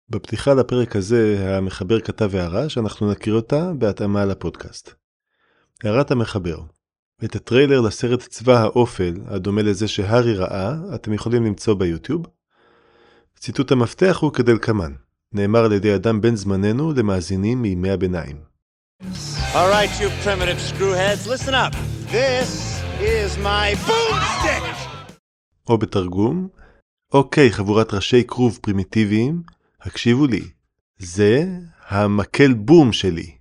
בפתיחה לפרק הזה המחבר כתב הערה שאנחנו נכיר אותה בהתאמה לפודקאסט. הערת המחבר: את הטריילר לסרט צבא האופל, הדומה לזה שהרי ראה, אתם יכולים למצוא ביוטיוב. ציטוט המפתח הוא כדלקמן, נאמר על ידי אדם בן זמננו למאזינים מימי הביניים. All right, you primitive screwheads, listen up. This is my boomstick. או בתרגום, אוקיי חבורת ראשי כרוב פרימיטיביים, הקשיבו לי, זה המקל בום שלי.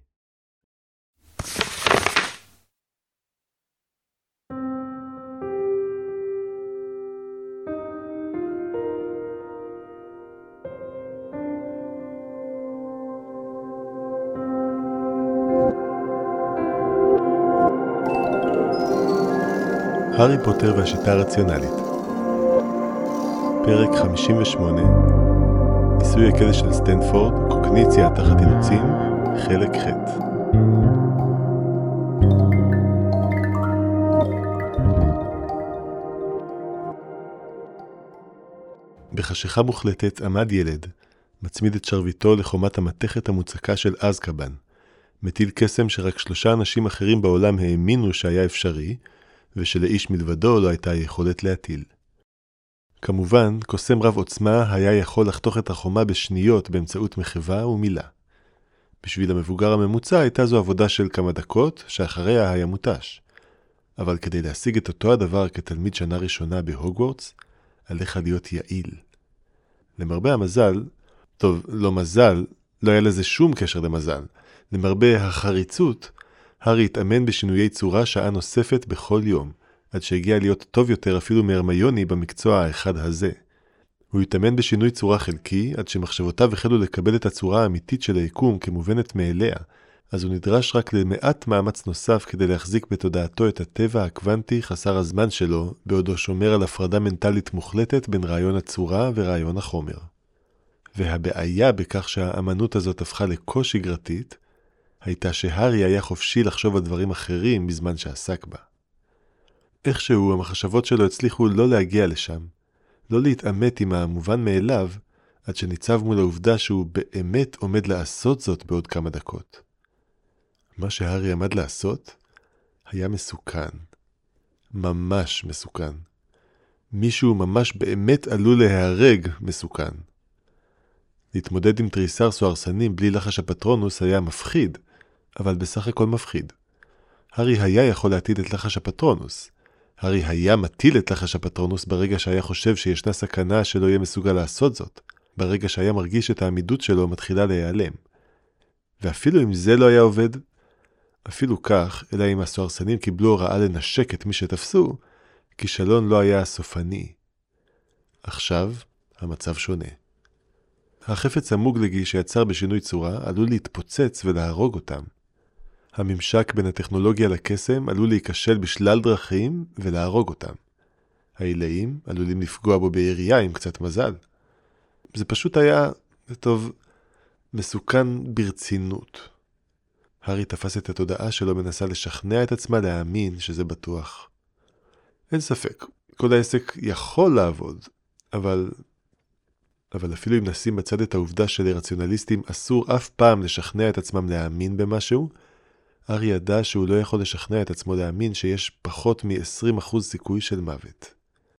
הארי פוטר והשיטה הרציונלית. פרק 58, ניסוי הכלא של סטנפורד, קוגניציה תחת אילוצים, חלק ח'. בחשיכה מוחלטת עמד ילד, מצמיד את שרביטו לחומת המתכת המוצקה של אזקבאן, מטיל קסם שרק 3 אנשים אחרים בעולם האמינו שהיה אפשרי, ושלאיש מלבדו לא הייתה יכולת להטיל. כמובן, קוסם רב עוצמה היה יכול לחתוך את החומה בשניות באמצעות מחווה ומילה. בשביל המבוגר הממוצע הייתה זו עבודה של כמה דקות, שאחריה היה מוטש. אבל כדי להשיג את אותו הדבר כתלמיד שנה ראשונה בהוגוורטס, עליך להיות יעיל. למרבה המזל, טוב, לא מזל, לא היה לזה שום קשר למזל. למרבה החריצות, הארי התאמן בשינויי צורה שעה נוספת בכל יום, עד שהגיע להיות טוב יותר אפילו מהרמיוני במקצוע האחד הזה. הוא התאמן בשינוי צורה חלקי, עד שמחשבותיו החלו לקבל את הצורה האמיתית של היקום כמובנת מאליה, אז הוא נדרש רק למעט מאמץ נוסף כדי להחזיק בתודעתו את הטבע הקוונטי חסר הזמן שלו, בעודו שומר על הפרדה מנטלית מוחלטת בין רעיון הצורה ורעיון החומר. והבעיה בכך שהאמנות הזאת הפכה לכה שגרתית, הייתה שהארי היה חופשי לחשוב על דברים אחרים בזמן שעסק בה. איכשהו המחשבות שלו הצליחו לא להגיע לשם, לא להתאמת עם המובן מאליו, עד שניצב מול העובדה שהוא באמת עומד לעשות זאת בעוד כמה דקות. מה שהארי עמד לעשות היה מסוכן. ממש מסוכן. מישהו ממש באמת עלול להיהרג מסוכן. להתמודד עם תריסר סוהרסנים בלי לחש הפטרונוס היה מפחיד, אבל בסך הכל מפחיד. הארי היה יכול להטיל את לחש הפטרונוס. הארי היה מטיל את לחש הפטרונוס ברגע שהיה חושב שישנה סכנה שלא יהיה מסוגל לעשות זאת, ברגע שהיה מרגיש את העמידות שלו מתחילה להיעלם. ואפילו אם זה לא היה עובד, אפילו כך, אלא אם הסוהרסנים קיבלו הוראה לנשק את מי שתפסו, כישלון לא היה סופני. עכשיו, המצב שונה. החפץ המוגלגי שיצר בשינוי צורה עלול להתפוצץ ולהרוג אותם. הממשק בין הטכנולוגיה לקסם עלול להיכשל בשלל דרכים ולהרוג אותם. העילאים עלולים לפגוע בו בירייה עם קצת מזל. זה פשוט היה, טוב, מסוכן ברצינות. הארי תפס את התודעה שלו מנסה לשכנע את עצמה להאמין שזה בטוח. אין ספק, כל העסק יכול לעבוד, אבל אפילו אם נשים בצד את העובדה שלרציונליסטים אסור אף פעם לשכנע את עצמם להאמין במשהו, הארי ידע שהוא לא יכול לשכנע את עצמו להאמין שיש פחות מ-20% סיכוי של מוות.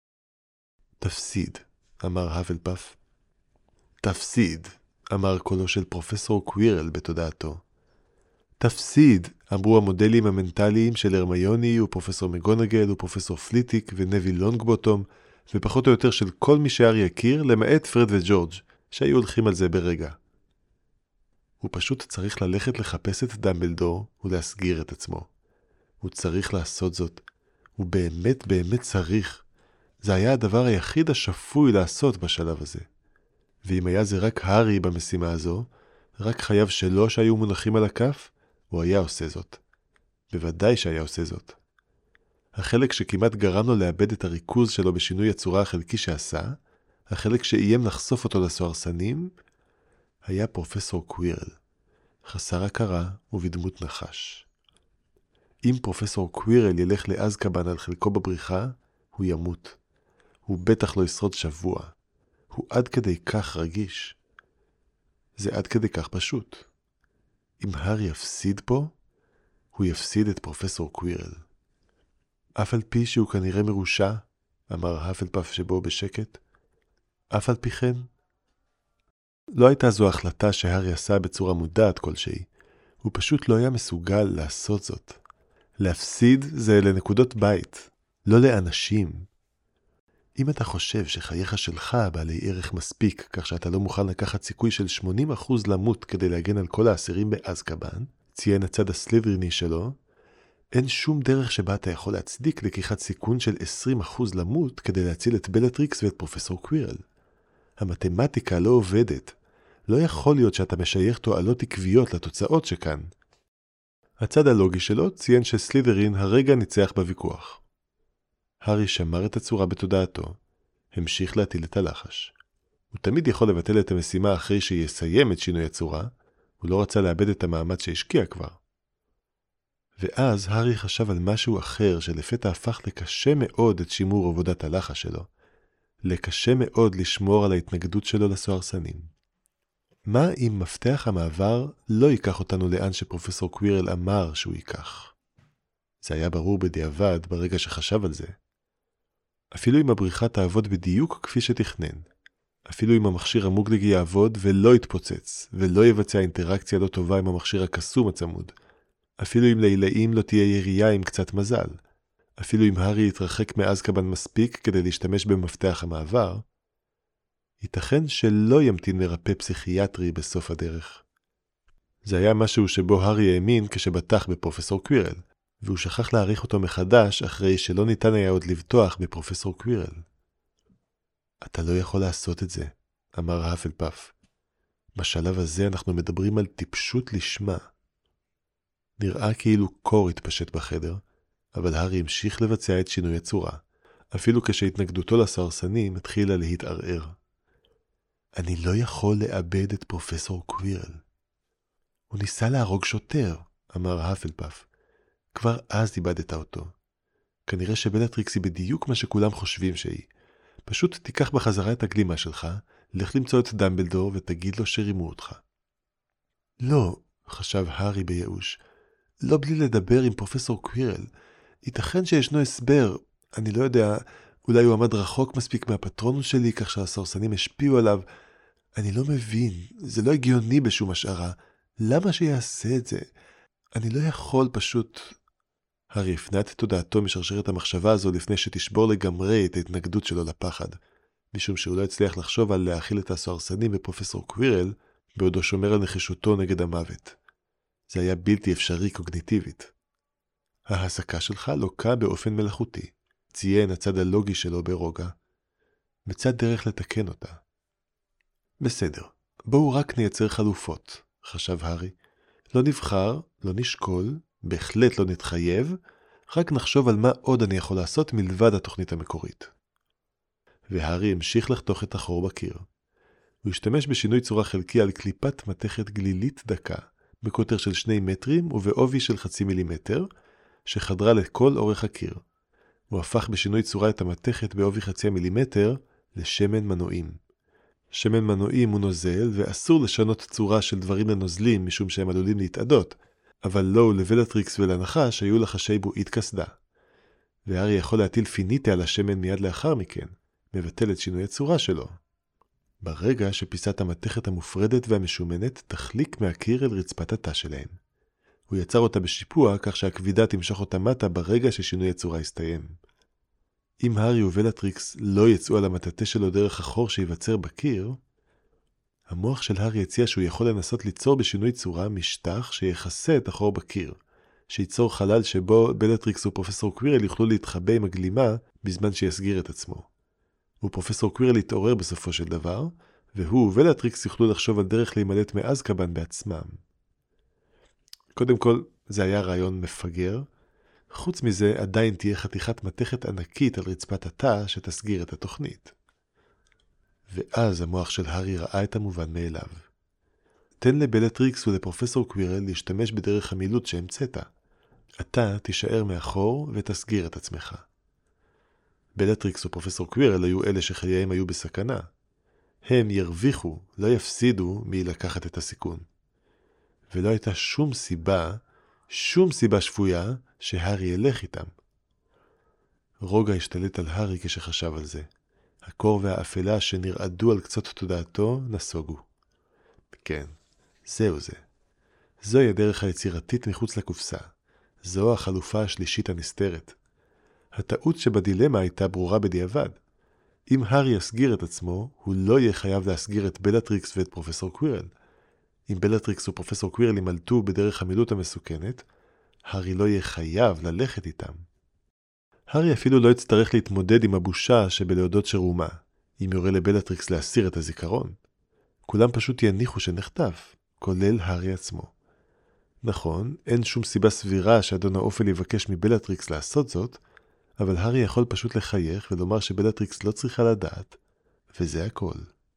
תפסיד, אמר האפלפף. תפסיד, אמר קולו של פרופסור קווירל בתודעתו. תפסיד, אמרו המודלים המנטליים של הרמיוני ופרופסור מגונגל ופרופסור פליטיק ונביל לונגבוטום, ופחות או יותר של כל מי שהארי יכיר, למעט פרד וג'ורג', שהיו הולכים על זה ברגע. הוא פשוט צריך ללכת לחפש את דמבלדור ולהסגיר את עצמו. הוא צריך לעשות זאת. הוא באמת באמת צריך. זה היה הדבר היחיד השפוי לעשות בשלב הזה. ואם היה זה רק הארי במשימה הזו, רק חייו שלו שהיו מונחים על הכף, הוא היה עושה זאת. בוודאי שהיה עושה זאת. החלק שכמעט גרם לו לאבד את הריכוז שלו בשינוי הצורה החלקי שעשה, החלק שאיים לחשוף אותו לסוהרסנים, היה פרופסור קווירל, חסר הכרה ובדמות נחש. אם פרופסור קווירל ילך לאזקבאן על חלקו בבריחה, הוא ימות. הוא בטח לא ישרוד שבוע. הוא עד כדי כך רגיש. זה עד כדי כך פשוט. אם הארי יפסיד פה, הוא יפסיד את פרופסור קווירל. אף על פי שהוא כנראה מרושע, אמר האפלפאף שבו בשקט, אף על פי כן. לא הייתה זו החלטה שהארי עשה בצורה מודעת כלשהי. הוא פשוט לא היה מסוגל לעשות זאת. להפסיד זה לנקודות בית, לא לאנשים. אם אתה חושב שחייך שלך בעלי ערך מספיק, כך שאתה לא מוכן לקחת סיכוי של 80% למות כדי להגן על כל האסירים באזקבאן, ציין הצד הסלית'ריני שלו, אין שום דרך שבה אתה יכול להצדיק לקיחת סיכון של 20% למות כדי להציל את בלטריקס ואת פרופסור קווירל. המתמטיקה לא עובדת. לא יכול להיות שאתה משייך תועלות עקביות לתוצאות שכאן. הצד הלוגי שלו ציין שסלית'רין הרגע ניצח בוויכוח. הארי שמר את הצורה בתודעתו, המשיך להטיל את הלחש. הוא תמיד יכול לבטל את המשימה אחרי שיסיים את שינוי הצורה, הוא לא רצה לאבד את המאמץ שהשקיע כבר. ואז הארי חשב על משהו אחר שלפתע הפך לקשה מאוד את שימור עבודת הלחש שלו. לקשה מאוד לשמור על ההתנגדות שלו לסוהרסנים. מה אם מפתח המעבר לא ייקח אותנו לאן שפרופסור קווירל אמר שהוא ייקח? זה היה ברור בדיעבד ברגע שחשב על זה. אפילו אם הבריחה תעבוד בדיוק כפי שתכנן, אפילו אם המכשיר המוגלגי יעבוד ולא יתפוצץ, ולא יבצע אינטראקציה לא טובה עם המכשיר הקסום הצמוד, אפילו אם לילאים לא תהיה ירייה עם קצת מזל, אפילו אם הארי יתרחק מאזקבאן מספיק כדי להשתמש במפתח המעבר, ייתכן שלא ימתין מרפא פסיכיאטרי בסוף הדרך. זה היה משהו שבו הארי האמין כשבטח בפרופסור קווירל, והוא שכח להעריך אותו מחדש אחרי שלא ניתן היה עוד לבטוח בפרופסור קווירל. אתה לא יכול לעשות את זה, אמר האפלפאף. בשלב הזה אנחנו מדברים על טיפשות לשמה. נראה כאילו קור התפשט בחדר, אבל הארי המשיך לבצע את שינוי הצורה, אפילו כשהתנגדותו לסוהרסנים התחילה להתערער. אני לא יכול לאבד את פרופסור קווירל. הוא ניסה להרוג שוטר, אמר האפלפאף. כבר אז איבדת אותו. כנראה שבלטריקס היא בדיוק מה שכולם חושבים שהיא. פשוט תיקח בחזרה את הגלימה שלך, לך למצוא את דמבלדור ותגיד לו שרימו אותך. לא, חשב הארי בייאוש. לא בלי לדבר עם פרופסור קווירל. ייתכן שישנו הסבר, אני לא יודע, אולי הוא עמד רחוק מספיק מהפטרונוס שלי, כך שהסוהרסנים השפיעו עליו. אני לא מבין, זה לא הגיוני בשום השערה. למה שיעשה את זה? אני לא יכול פשוט... הארי הפנה את תודעתו משרשרת המחשבה הזו לפני שתשבור לגמרי את ההתנגדות שלו לפחד, משום שהוא לא הצליח לחשוב על להאכיל את הסוהרסנים בפרופסור קווירל, בעודו שומר על נחישותו נגד המוות. זה היה בלתי אפשרי קוגניטיבית. ההסקה שלך לוקה באופן מלאכותי, ציין הצד הלוגי שלו ברוגע. מצא דרך לתקן אותה. בסדר, בואו רק נייצר חלופות, חשב הארי. לא נבחר, לא נשקול, בהחלט לא נתחייב, רק נחשוב על מה עוד אני יכול לעשות מלבד התוכנית המקורית. והארי המשיך לחתוך את החור בקיר. הוא השתמש בשינוי צורה חלקי על קליפת מתכת גלילית דקה, בקוטר של 2 מטרים ובעובי של 0.5 מילימטר, שחדרה לכל אורך הקיר. הוא הפך בשינוי צורה את המתכת בעובי 0.5 מילימטר לשמן מנועים. שמן מנועים הוא נוזל, ואסור לשנות צורה של דברים לנוזלים משום שהם עלולים להתאדות, אבל לו לבלטריקס ולנחש היו לחשי בועית כסדה. והארי יכול להטיל פיניטה על השמן מיד לאחר מכן, מבטל את שינוי הצורה שלו. ברגע שפיסת המתכת המופרדת והמשומנת תחליק מהקיר אל רצפת התא שלהם. הוא יצר אותה בשיפוע כך שהכבידה תמשוך אותה מטה ברגע ששינוי הצורה יסתיים. אם הארי ובלטריקס לא יצאו על המטאטה שלו דרך החור שיווצר בקיר, המוח של הארי הציע שהוא יכול לנסות ליצור בשינוי צורה משטח שיחסה את החור בקיר, שייצור חלל שבו בלטריקס ופרופסור קווירל יוכלו להתחבא עם הגלימה בזמן שיסגיר את עצמו. ופרופסור קווירל יתעורר בסופו של דבר, והוא ובלטריקס יוכלו לחשוב על דרך להימלט מאזקבאן בעצמם. קודם כל, זה היה רעיון מפגר. חוץ מזה, עדיין תהיה חתיכת מתכת ענקית על רצפת התא שתסגיר את התוכנית. ואז המוח של הארי ראה את המובן מאליו. תן לבלטריקס ולפרופסור קווירל להשתמש בדרך המילוט שהמצאת. אתה תישאר מאחור ותסגיר את עצמך. בלטריקס ופרופסור קווירל היו אלה שחייהם היו בסכנה. הם ירוויחו, לא יפסידו מלקחת את הסיכון. ולא הייתה שום סיבה שפויה שהארי ילך איתם. רוגע השתלט על הארי כשחשב על זה. הקור והאפלה שנרעדו על קצות תודעתו נסוגו. כן, זהו זה. זוהי הדרך היצירתית מחוץ לקופסה. זו החלופה השלישית הנסתרת. הטעות שבדילמה הייתה ברורה בדיעבד. אם הארי יסגיר את עצמו, הוא לא יהיה חייב להסגיר את בלטריקס ואת פרופסור קווירל. אם בלטריקס ופרופסור קווירל ימלטו בדרך המילוט המסוכנת, הארי לא יהיה חייב ללכת איתם. הארי אפילו לא יצטרך להתמודד עם הבושה שבלהודות שרומה, אם יורה לבלטריקס להסיר את הזיכרון. כולם פשוט יניחו שנחטף, כולל הארי עצמו. נכון, אין שום סיבה סבירה שאדון האופל יבקש מבלטריקס לעשות זאת, אבל הארי יכול פשוט לחייך ולומר שבלטריקס לא צריכה לדעת, וזה הכל.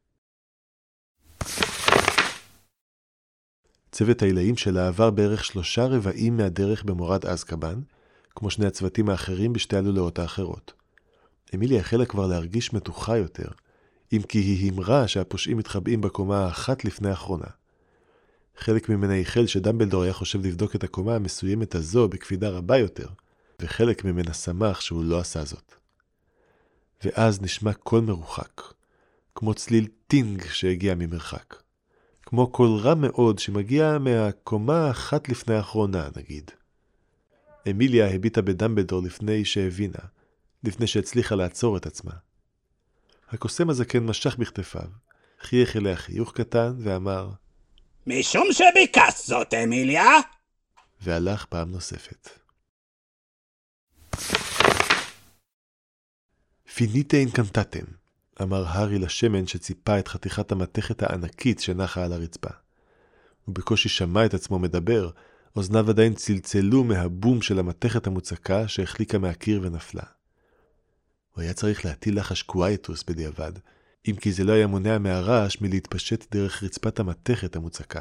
צוות העילאים שלה עבר בערך 3/4 מהדרך במורד אזקבאן, כמו שני הצוותים האחרים בשתי הלולאות האחרות. אמיליה החלה כבר להרגיש מתוחה יותר, אם כי היא המרה שהפושעים מתחבאים בקומה האחת לפני האחרונה. חלק ממנה ייחל שדמבלדור היה חושב לבדוק את הקומה המסוימת הזו בקפידה רבה יותר, וחלק ממנה שמח שהוא לא עשה זאת. ואז נשמע קול מרוחק, כמו צליל טינג שהגיע ממרחק. כמו קול רע מאוד שמגיע מהקומה האחת לפני האחרונה, נגיד. אמיליה הביטה בדמבלדור לפני שהבינה, לפני שהצליחה לעצור את עצמה. הקוסם הזקן משך בכתפיו, חייך אליה חיוך קטן ואמר, משום שביקשת זאת, אמיליה. והלך פעם נוספת. פיניטה אינקנטטם, אמר הארי לשמן שציפה את חתיכת המתכת הענקית שנחה על הרצפה. הוא בקושי שמע את עצמו מדבר, אוזניו עדיין צלצלו מהבום של המתכת המוצקה שהחליקה מהקיר ונפלה. הוא היה צריך להטיל לחש קווייטוס בדיעבד, אם כי זה לא היה מונע מהרעש מלהתפשט דרך רצפת המתכת המוצקה.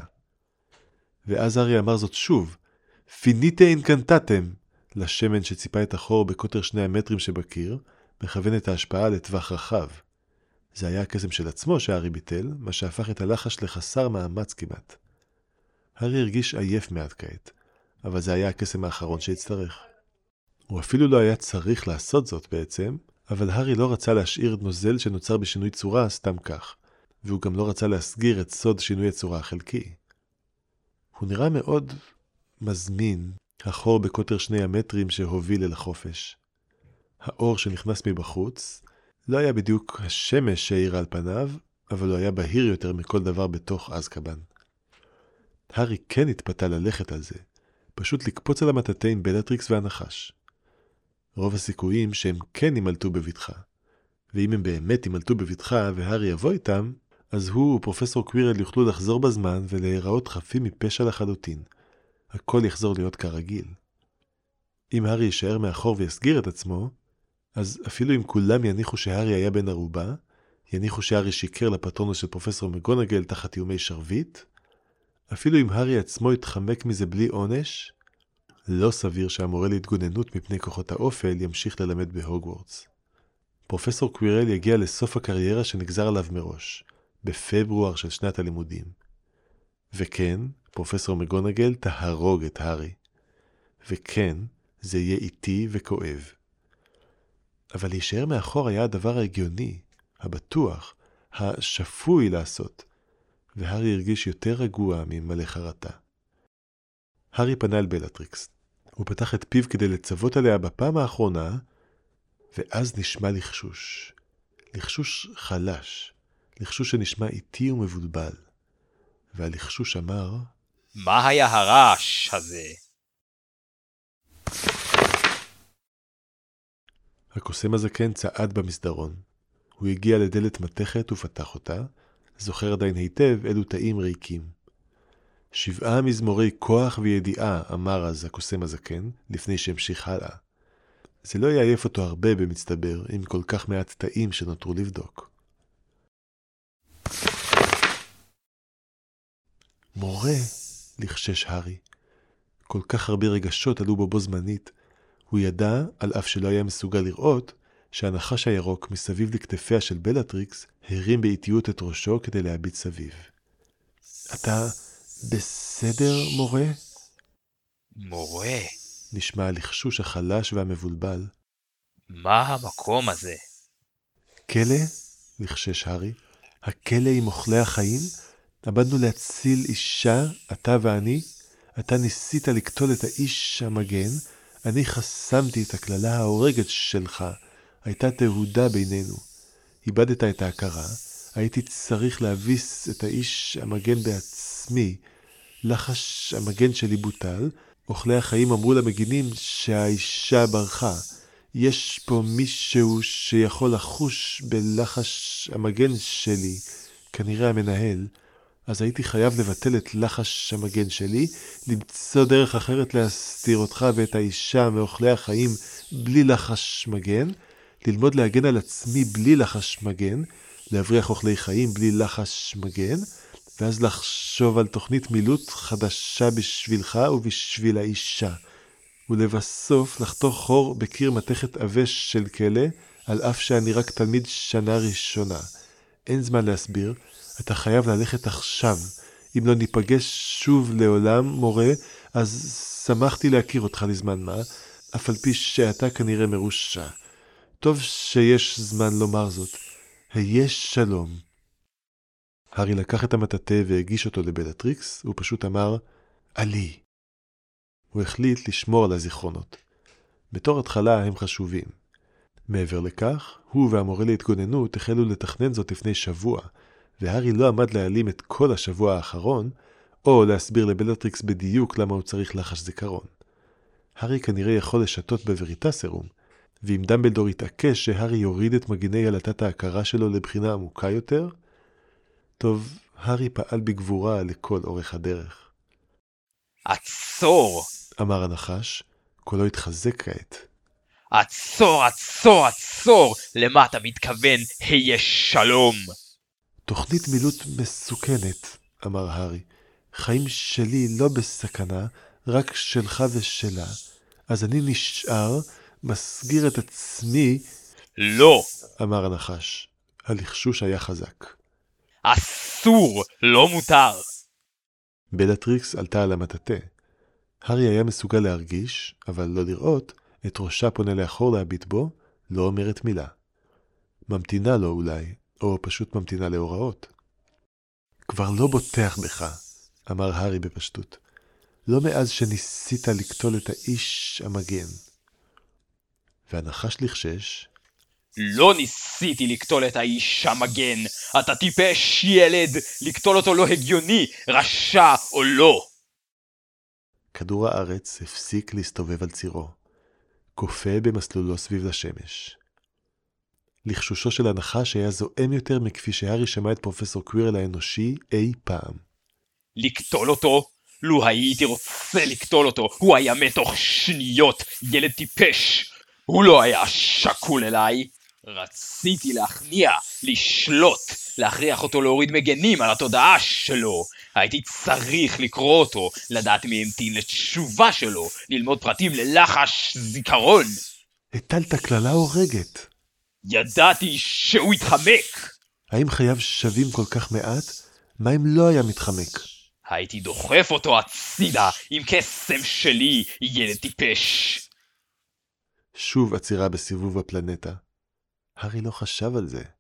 ואז הארי אמר זאת שוב, פיניטה אינקנטטם, לשמן שציפה את החור בקוטר 2 מטרים שבקיר, מכוון את ההשפעה לטווח רחב. זה היה הקסם של עצמו שהארי ביטל, מה שהפך את הלחש לחסר מאמץ כמעט. הארי הרגיש עייף מעט כעת, אבל זה היה הקסם האחרון שהצטרך. הוא אפילו לא היה צריך לעשות זאת בעצם, אבל הארי לא רצה להשאיר נוזל שנוצר בשינוי צורה סתם כך, והוא גם לא רצה להסגיר את סוד שינוי הצורה החלקי. הוא נראה מאוד מזמין, החור בקוטר 2 מטרים שהוביל אל החופש. האור שנכנס מבחוץ לא היה בדיוק השמש שהאירה על פניו, אבל הוא היה בהיר יותר מכל דבר בתוך אזקבאן. הארי כן התפתה ללכת על זה, פשוט לקפוץ על המטאטא עם בלטריקס והנחש. רוב הסיכויים שהם כן ימלטו בבטחה, ואם הם באמת ימלטו בבטחה והארי יבוא איתם, אז הוא ופרופסור קווירל יוכלו לחזור בזמן ולהיראות חפים מפשע לחלוטין. הכל יחזור להיות כרגיל. אם הארי יישאר מאחור ויסגיר את עצמו, אז אפילו אם כולם יניחו שהארי היה בן ערובה, יניחו שהארי שיקר לפטרונוס של פרופסור מגונגל תחת איומי שרביט, אפילו אם הארי עצמו יתחמק מזה בלי עונש, לא סביר שהמורה להתגוננות מפני כוחות האופל ימשיך ללמד בהוגוורטס. פרופסור קווירל יגיע לסוף הקריירה שנגזר עליו מראש, בפברואר של שנת הלימודים. וכן, פרופסור מגונגל תהרוג את הארי. וכן, זה יהיה איטי וכואב. אבל להישאר מאחור היה הדבר ההגיוני, הבטוח, השפוי לעשות, והארי הרגיש יותר רגוע ממלא חרטה. הארי פנה אל בלטריקס. הוא פתח את פיו כדי לצוות עליה בפעם האחרונה, ואז נשמע לחשוש. לחשוש חלש. לחשוש שנשמע איטי ומבולבל. והלחשוש אמר, מה היה הרעש הזה? הקוסם הזקן צעד במסדרון. הוא הגיע לדלת מתכת ופתח אותה, זוכר עדיין היטב אלו תאים ריקים. 7 מזמורי כוח וידיעה, אמר אז הקוסם הזקן, לפני שהמשיך הלאה. זה לא יעייף אותו הרבה במצטבר, עם כל כך מעט תאים שנותרו לבדוק. מורה, לחשש הארי. כל כך הרבה רגשות עלו בו בו זמנית. הוא ידע, על אף שלא היה מסוגל לראות, שהנחש הירוק מסביב לכתפיה של בלטריקס הרים באיטיות את ראשו כדי להביט סביב. אתה בסדר, מורה? מורה, נשמע הלחשוש החלש והמבולבל. מה המקום הזה? כלא? לחשש הארי. הכלא עם אוכלי החיים? עבדנו להציל אישה, אתה ואני? אתה ניסית לקטול את האיש המגן, אני חסמתי את הכללה ההורגת שלך. הייתה תהודה בינינו. איבדת את ההכרה, הייתי צריך להביס את האיש המגן בעצמי. לחש המגן שלי בוטל, אוכלי החיים אמרו למגינים שהאישה ברחה. יש פה מישהו שיכול לחוש בלחש המגן שלי, כנראה המנהל. אז הייתי חייב לבטל את לחש המגן שלי, למצוא דרך אחרת להסתיר אותך ואת האישה מאוכלי החיים בלי לחש מגן, ללמוד להגן על עצמי בלי לחש מגן, להבריח אוכלי חיים בלי לחש מגן, ואז לחשוב על תוכנית מילוט חדשה בשבילך ובשביל האישה. ולבסוף לחתוך חור בקיר מתכת אבש של כלא, על אף שאני רק תלמיד שנה ראשונה. אין זמן להסביר, אתה חייב ללכת עכשיו. אם לא ניפגש שוב לעולם, מורה, אז שמחתי להכיר אותך לזמן מה, אף על פי שאתה כנראה מרושע. טוב שיש זמן לומר זאת. היה שלום. הארי לקח את המטאטה והגיש אותו לבלטריקס, הוא פשוט אמר, עלי. הוא החליט לשמור על הזיכרונות. בתור התחלה הם חשובים. מעבר לכך, הוא והמורה להתגוננות החלו לתכנן זאת לפני שבוע, והארי לא עמד להעלים את כל השבוע האחרון, או להסביר לבלטריקס בדיוק למה הוא צריך לחש זיכרון. הארי כנראה יכול לשתות בווריטסרום, ואם דמבלדור יתעקש שהארי יוריד את מגיני עלתת ההכרה שלו לבחינה עמוקה יותר, טוב, הארי פעל בגבורה לכל אורך הדרך. עצור! אמר הנחש, קולו התחזק כעת. עצור, עצור, עצור! למה אתה מתכוון, היה שלום? תוכנית מילוט מסוכנת, אמר הארי. חיים שלי לא בסכנה, רק שלך ושלה. אז אני נשאר, מסגיר את עצמי. לא! אמר הנחש. הלחשוש היה חזק. אסור! לא מותר! בלטריקס עלתה על המטאטה. הארי היה מסוגל להרגיש, אבל לא לראות, את ראשה פונה לאחור להביט בו, לא אומרת מילה. ממתינה לו אולי, או פשוט ממתינה להוראות. כבר לא בוטח בך, אמר הארי בפשטות. לא מאז שניסית לקטול את האיש המגן. והנחש לחשש. לא ניסיתי לקטול את האיש המגן. אתה טיפש ילד, לקטול אותו לא הגיוני, רשע או לא. כדור הארץ הפסיק להסתובב על צירו. קופה במסלולו סביב לשמש. לחשושו של הנחש היה זועם יותר מכפי שהארי שמע את פרופסור קווירל האנושי אי פעם. לקטול אותו? לו הייתי רוצה לקטול אותו, הוא היה מת תוך שניות, ילד טיפש. הוא לא היה שקול אליי. רציתי להכניע, לשלוט, להכריח אותו להוריד מגנים על התודעה שלו. הייתי צריך לקרוא אותו, לדעת מי המתין לתשובה שלו, ללמוד פרטים ללחש זיכרון. הטלת כללה הורגת. ידעתי שהוא יתחמק. האם חייו שווים כל כך מעט? מה אם לא היה מתחמק? הייתי דוחף אותו הצידה עם קסם שלי, ילד טיפש. שוב עצירה בסיבוב הפלנטה. הארי לא חשב על זה.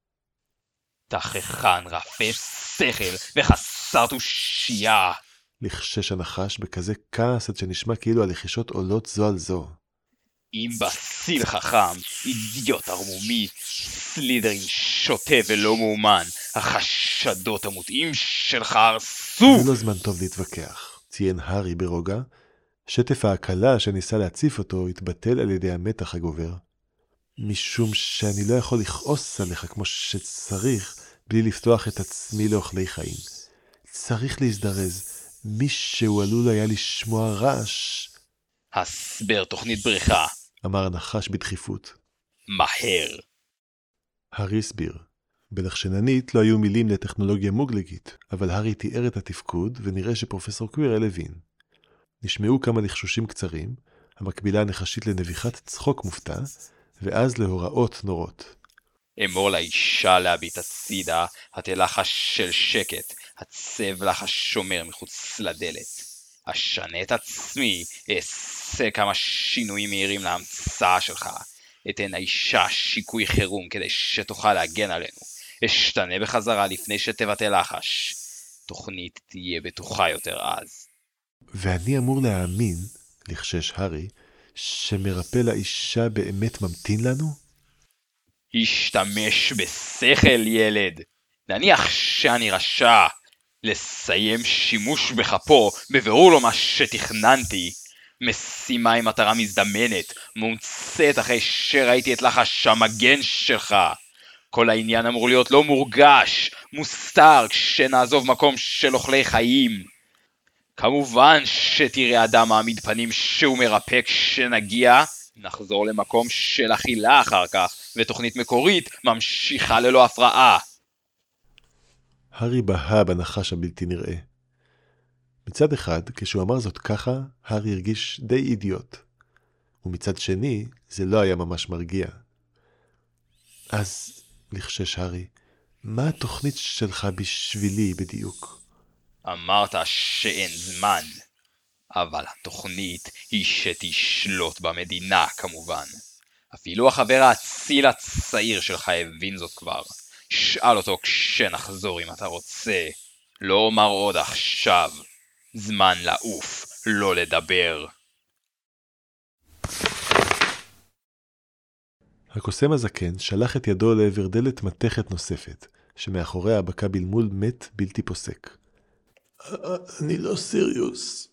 תככן רפה שכל וחסר תושייה. לחשש הנחש בכזה כעס עד שנשמע כאילו הלחישות עולות זו על זו. אימבסיל חכם, אידיוט ערמומי, סלידרין שוטה ולא מאומן, החשדות המוטעים שלך הרסו. זה לא זמן טוב להתווכח, ציין הארי ברוגע. שטף ההקלה שניסה להציף אותו התבטל על ידי המתח הגובר. משום שאני לא יכול לכעוס עליך כמו שצריך, בלי לפתוח את עצמי לאוכלי חיים. צריך להזדרז, מישהו עלול היה לשמוע רעש. הסבר תוכנית בריחה. אמר הנחש בדחיפות. מהר. הארי הסביר. בלחשננית לא היו מילים לטכנולוגיה מוגלגית, אבל הארי תיאר את התפקוד ונראה שפרופסור קווירל הבין. נשמעו כמה לחשושים קצרים, המקבילה הנחשית לנביחת צחוק מופתע, ואז להוראות נורות. אמור לאישה להביט הצידה, הטה לחש של שקט, הצב לחש שומר מחוץ לדלת. אשנה את עצמי, אעשה כמה שינויים מהירים להמצאה שלך. אתן האישה שיקוי חירום כדי שתוכל להגן עלינו. אשתנה בחזרה לפני שתבטא לחש. תוכנית תהיה בטוחה יותר אז. ואני אמור להאמין, לחשש הארי, שמרפא לאישה באמת ממתין לנו? השתמש בשכל, ילד. נניח שאני רשע. לסיים שימוש בכפו, בבירור לו מה שתכננתי. משימה עם מטרה מזדמנת, מומצאת אחרי שראיתי את לחש המגן שלך. כל העניין אמור להיות לא מורגש, מוסתר כשנעזוב מקום של אוכלי חיים. כמובן שתראה אדם מעמיד פנים שהוא מרפא כשנגיע, נחזור למקום של אכילה אחר כך, ותוכנית מקורית ממשיכה ללא הפרעה. הארי בהה בנחש הבלתי נראה. מצד אחד, כשהוא אמר זאת ככה, הארי הרגיש די אידיוט. ומצד שני, זה לא היה ממש מרגיע. אז, לחשש הארי, מה התוכנית שלך בשבילי בדיוק? אמרת שאין זמן, אבל התוכנית היא שתשלוט במדינה כמובן. אפילו החבר האציל הצעיר שלך הבין זאת כבר. שאל אותו כשנחזור אם אתה רוצה. לא אומר עוד עכשיו. זמן לעוף, לא לדבר. הקוסם הזקן שלח את ידו לעבר דלת מתכת נוספת, שמאחוריה בקע בלמול מת בלתי פוסק. אני לא סיריוס.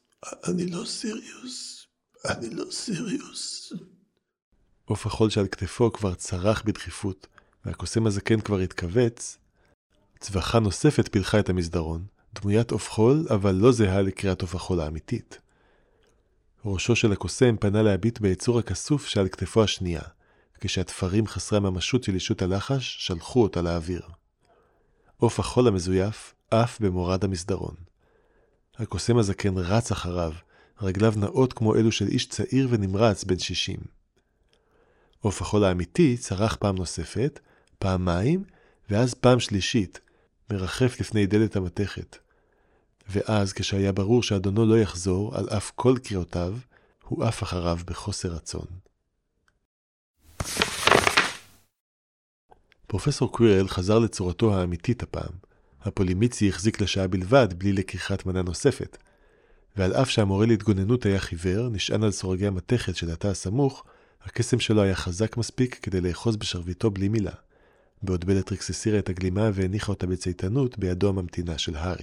עוף החול שעל כתפו כבר צרח בדחיפות, והקוסם הזקן כבר התכווץ. צווחה נוספת פילחה את המסדרון, דמוית עוף חול, אבל לא זהה לקריאת עוף החול האמיתית. ראשו של הקוסם פנה להביט ביצור הכסוף שעל כתפו השנייה, כשהתפרים חסרי הממשות של ישות הלחש שלחו אותה לאוויר. עוף החול המזויף עף במורד המסדרון. הקוסם הזקן רץ אחריו, רגליו נאות כמו אלו של איש צעיר ונמרץ בן 60. עוף החול האמיתי צרח פעם נוספת, פעמיים, ואז פעם שלישית, מרחף לפני דלת המתכת. ואז, כשהיה ברור שאדונו לא יחזור על אף כל קריאותיו, הוא עף אחריו בחוסר רצון. פרופסור קווירל חזר לצורתו האמיתית הפעם. הפולימיצי החזיק לשעה בלבד בלי לקיחת מנה נוספת. ועל אף שהמורה להתגוננות היה חיוור, נשען על סורגי המתכת של התא הסמוך, הקסם שלו היה חזק מספיק כדי לאחוז בשרביטו בלי מילה. בעוד בלטריקס הסירה את הגלימה והניחה אותה בצייתנות בידו הממתינה של הארי.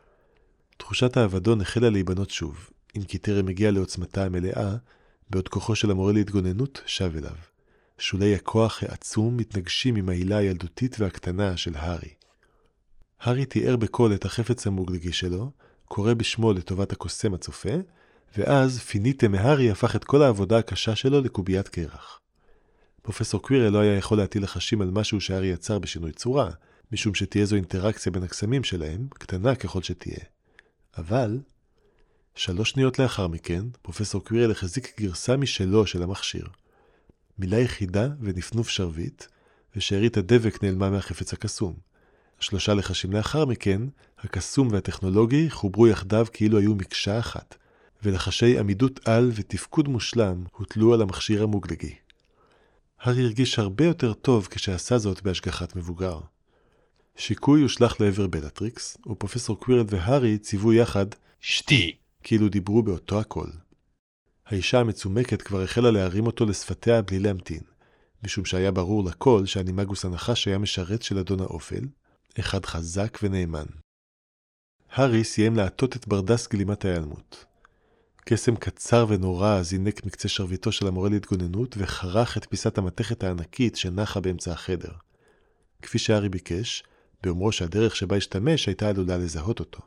תחושת האבדון החלה להיבנות שוב, אם כי טרם הגיע לעוצמתה המלאה, בעוד כוחו של המורה להתגוננות שב אליו. שולי הכוח העצום מתנגשים עם העילה הילדותית והקטנה של הארי. הארי תיאר בקול את החפץ המוגלגי שלו, קורא בשמו לטובת הקוסם הצופה, ואז פיניטה מהארי הפך את כל העבודה הקשה שלו לקוביית קרח. פרופסור קווירל לא היה יכול להטיל לחשים על משהו שהארי יצר בשינוי צורה, משום שתהיה זו אינטראקציה בין הקסמים שלהם, קטנה ככל שתהיה. אבל, 3 שניות לאחר מכן, פרופסור קווירל החזיק גרסה משלו של המכשיר. מילה יחידה ונפנוף שרביט, ושארית הדבק נעלמה מהחפץ הקסום. 3 לחשים לאחר מכן, הקסום והטכנולוגי חוברו יחדיו כאילו היו מקשה אחת, ולחשי עמידות על ותפקוד מושלם הוטלו על המכשיר המוגלגי. הארי הרגיש הרבה יותר טוב כשעשה זאת בהשגחת מבוגר. שיקוי הושלח לעבר בלטריקס, ופרופסור קווירל והארי ציוו יחד שתי, כאילו דיברו באותו הקול. האישה המצומקת כבר החלה להרים אותו לשפתיה בלי להמתין, משום שהיה ברור לכל שהנימגוס הנחש היה משרת של אדון האופל, אחד חזק ונאמן. הארי סיים להטות את ברדס גלימת ההיעלמות. קסם קצר ונורא זינק מקצה שרביטו של המורה להתגוננות וחרך את פיסת המתכת הענקית שנחה באמצע החדר. כפי שהארי ביקש, באומרו שהדרך שבה השתמש הייתה עלולה לזהות אותו.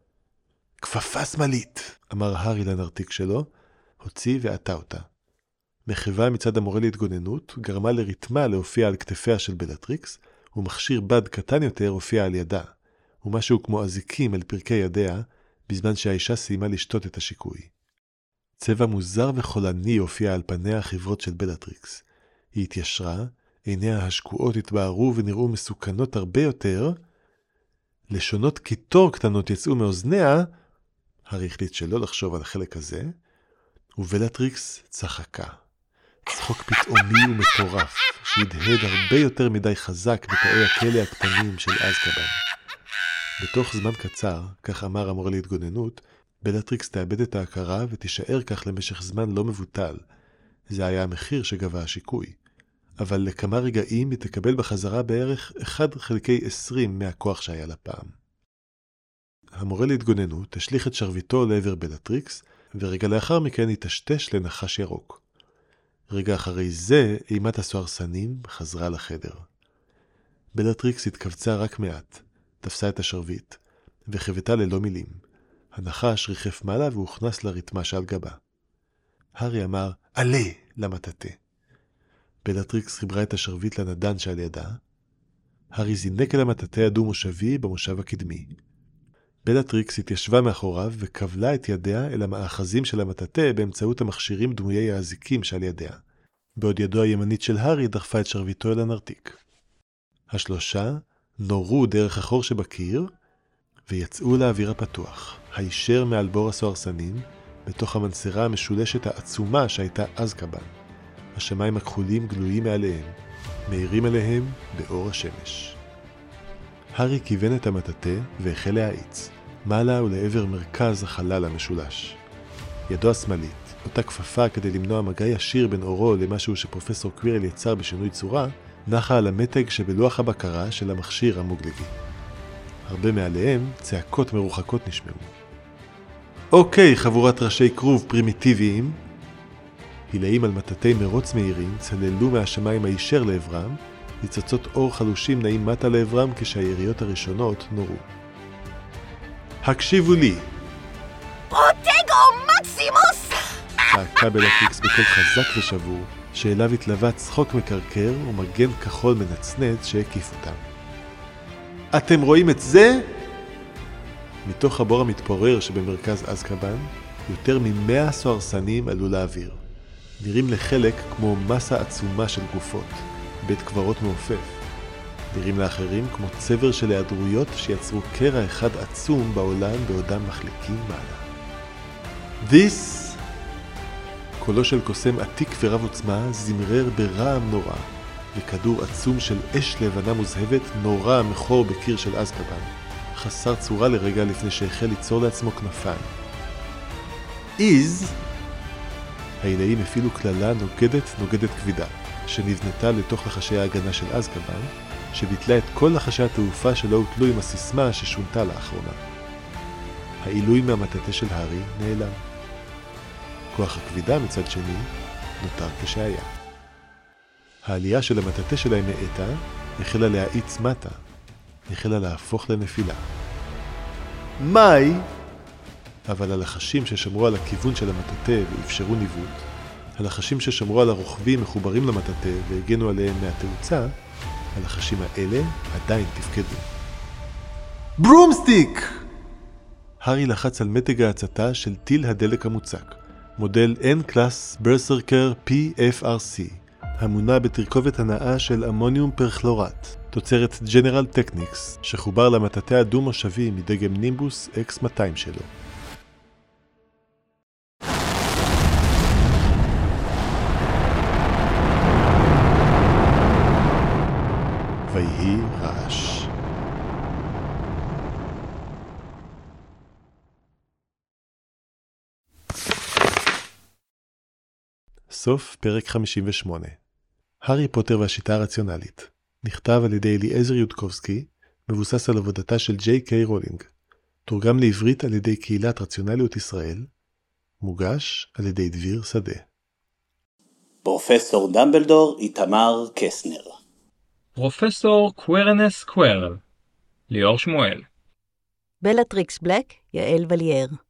כפפה שמאלית, אמר הארי לנרתיק שלו, הוציא ועטה אותה. מחווה מצד המורה להתגוננות גרמה לריתמה להופיע על כתפיה של בלטריקס, ומכשיר בד קטן יותר הופיע על ידה, ומשהו כמו אזיקים על פרקי ידיה, בזמן שהאישה סיימה לשתות את השיקוי. צבע מוזר וחולני הופיע על פניה החברות של בלטריקס. היא התיישרה, עיניה השקועות התבהרו ונראו מסוכנות הרבה יותר, לשונות קיטור קטנות יצאו מאוזניה, הארי החליט שלא לחשוב על החלק הזה, ובלטריקס צחקה. צחוק פתאומי ומטורף, שהדהד הרבה יותר מדי חזק בתאי הכלא הקטנים של אזקבאן. בתוך זמן קצר, כך אמר המורה להתגוננות, בלטריקס תאבד את ההכרה ותישאר כך למשך זמן לא מבוטל. זה היה המחיר שגבה השיקוי. אבל לכמה רגעים היא תקבל בחזרה בערך 1/20 מהכוח שהיה לה פעם. המורה להתגוננות השליך את שרביטו לעבר בלטריקס, ורגע לאחר מכן התשתש לנחש ירוק. רגע אחרי זה, אימת הסוהרסנים חזרה לחדר. בלטריקס התכווצה רק מעט, תפסה את השרביט, וחוותה ללא מילים. הנחש ריחף מעלה והוכנס לרתמה שעל גבה. הארי אמר, עלה למטאטה. בלטריקס חיברה את השרביט לנדן שעל ידה. הארי זינק אל המטאטה הדו-מושבי במושב הקדמי. בלטריקס התיישבה מאחוריו וקבלה את ידיה אל המאחזים של המטאטה באמצעות המכשירים דמויי האזיקים שעל ידיה. בעוד ידו הימנית של הארי דחפה את שרביטו אל הנרתיק. השלושה נורו דרך החור שבקיר ויצאו לאוויר הפתוח, הישר מעל בור הסוהרסנים, בתוך המנסרה המשולשת העצומה שהייתה אזקבאן. השמיים הכחולים גלויים מעליהם, מאירים עליהם באור השמש. הארי כיוון את המטאטה והחל להאיץ, מעלה ולעבר מרכז החלל המשולש. ידו השמאלית, אותה כפפה כדי למנוע מגע ישיר בין אורו למשהו שפרופסור קווירל יצר בשינוי צורה, נחה על המתג שבלוח הבקרה של המכשיר המוגלגי. הרבה מעליהם צעקות מרוחקות נשמעו. אוקיי, חבורת ראשי כרוב פרימיטיביים. הילאים על מטאטי מרוץ מהירים צללו מהשמיים הישר לעברם, ניצוצות אור חלושים נעים מטה לעברם כשהיריות הראשונות נורו. הקשיבו לי! פרוטגו מקסימוס! צעקה בלטריקס בקול חזק ושבור, שאליו התלווה צחוק מקרקר ומגן כחול מנצנץ שהקיף אותם. אתם רואים את זה? מתוך הבור המתפורר שבמרכז אזקבאן, יותר מ100 סוהרסנים עלו לאוויר. נראים לחלק כמו מסה עצומה של גופות, בית קברות מעופף. נראים לאחרים כמו צבר של היעדרויות שיצרו קרע אחד עצום בעולם בעודם מחליקים מעלה. This! קולו של קוסם עתיק ורב עוצמה זמרר ברעם נורא, וכדור עצום של אש לבנה מוזהבת נורא מחור בקיר של אזקבאן, חסר צורה לרגע לפני שהחל ליצור לעצמו כנפיים. Is! העילאים הפעילו כללה נוגדת כבידה, שנבנתה לתוך לחשי ההגנה של אזקבאן, שביטלה את כל לחשי התעופה שלא הוטלו עם הסיסמה ששונתה לאחרונה. העילוי מהמטאטה של הארי נעלם. כוח הכבידה מצד שני נותר כשהיה. העלייה של המטאטה שלהם מאטה החלה להאיץ מטה, החלה להפוך לנפילה. מאי! אבל הלחשים ששמרו על הכיוון של המטאטה ואפשרו ניווט, הלחשים ששמרו על הרוכבים מחוברים למטאטה והגנו עליהם מהתאוצה, הלחשים האלה עדיין תפקדו. ברומסטיק! הארי לחץ על מתג ההצתה של טיל הדלק המוצק, מודל N-Class Berserker PFRC, המונע בתרכובת הנאה של אמוניום פרכלורט, תוצרת ג'נרל טקניקס, שחובר למטאטה הדו-מושבי מדגם נימבוס X200 שלו. ויהי רעש. סוף פרק 58. הארי פוטר והשיטה הרציונלית. נכתב על ידי אליעזר יודקובסקי, מבוסס על עבודתה של ג'יי.קיי רולינג. תורגם לעברית על ידי קהילת רציונליות ישראל. מוגש על ידי דביר שדה. פרופסור דמבלדור איתמר קסנר. פרופסור קוורנס קוורל, ליאור שמואל. בלטריקס בלק, יעל וליאר.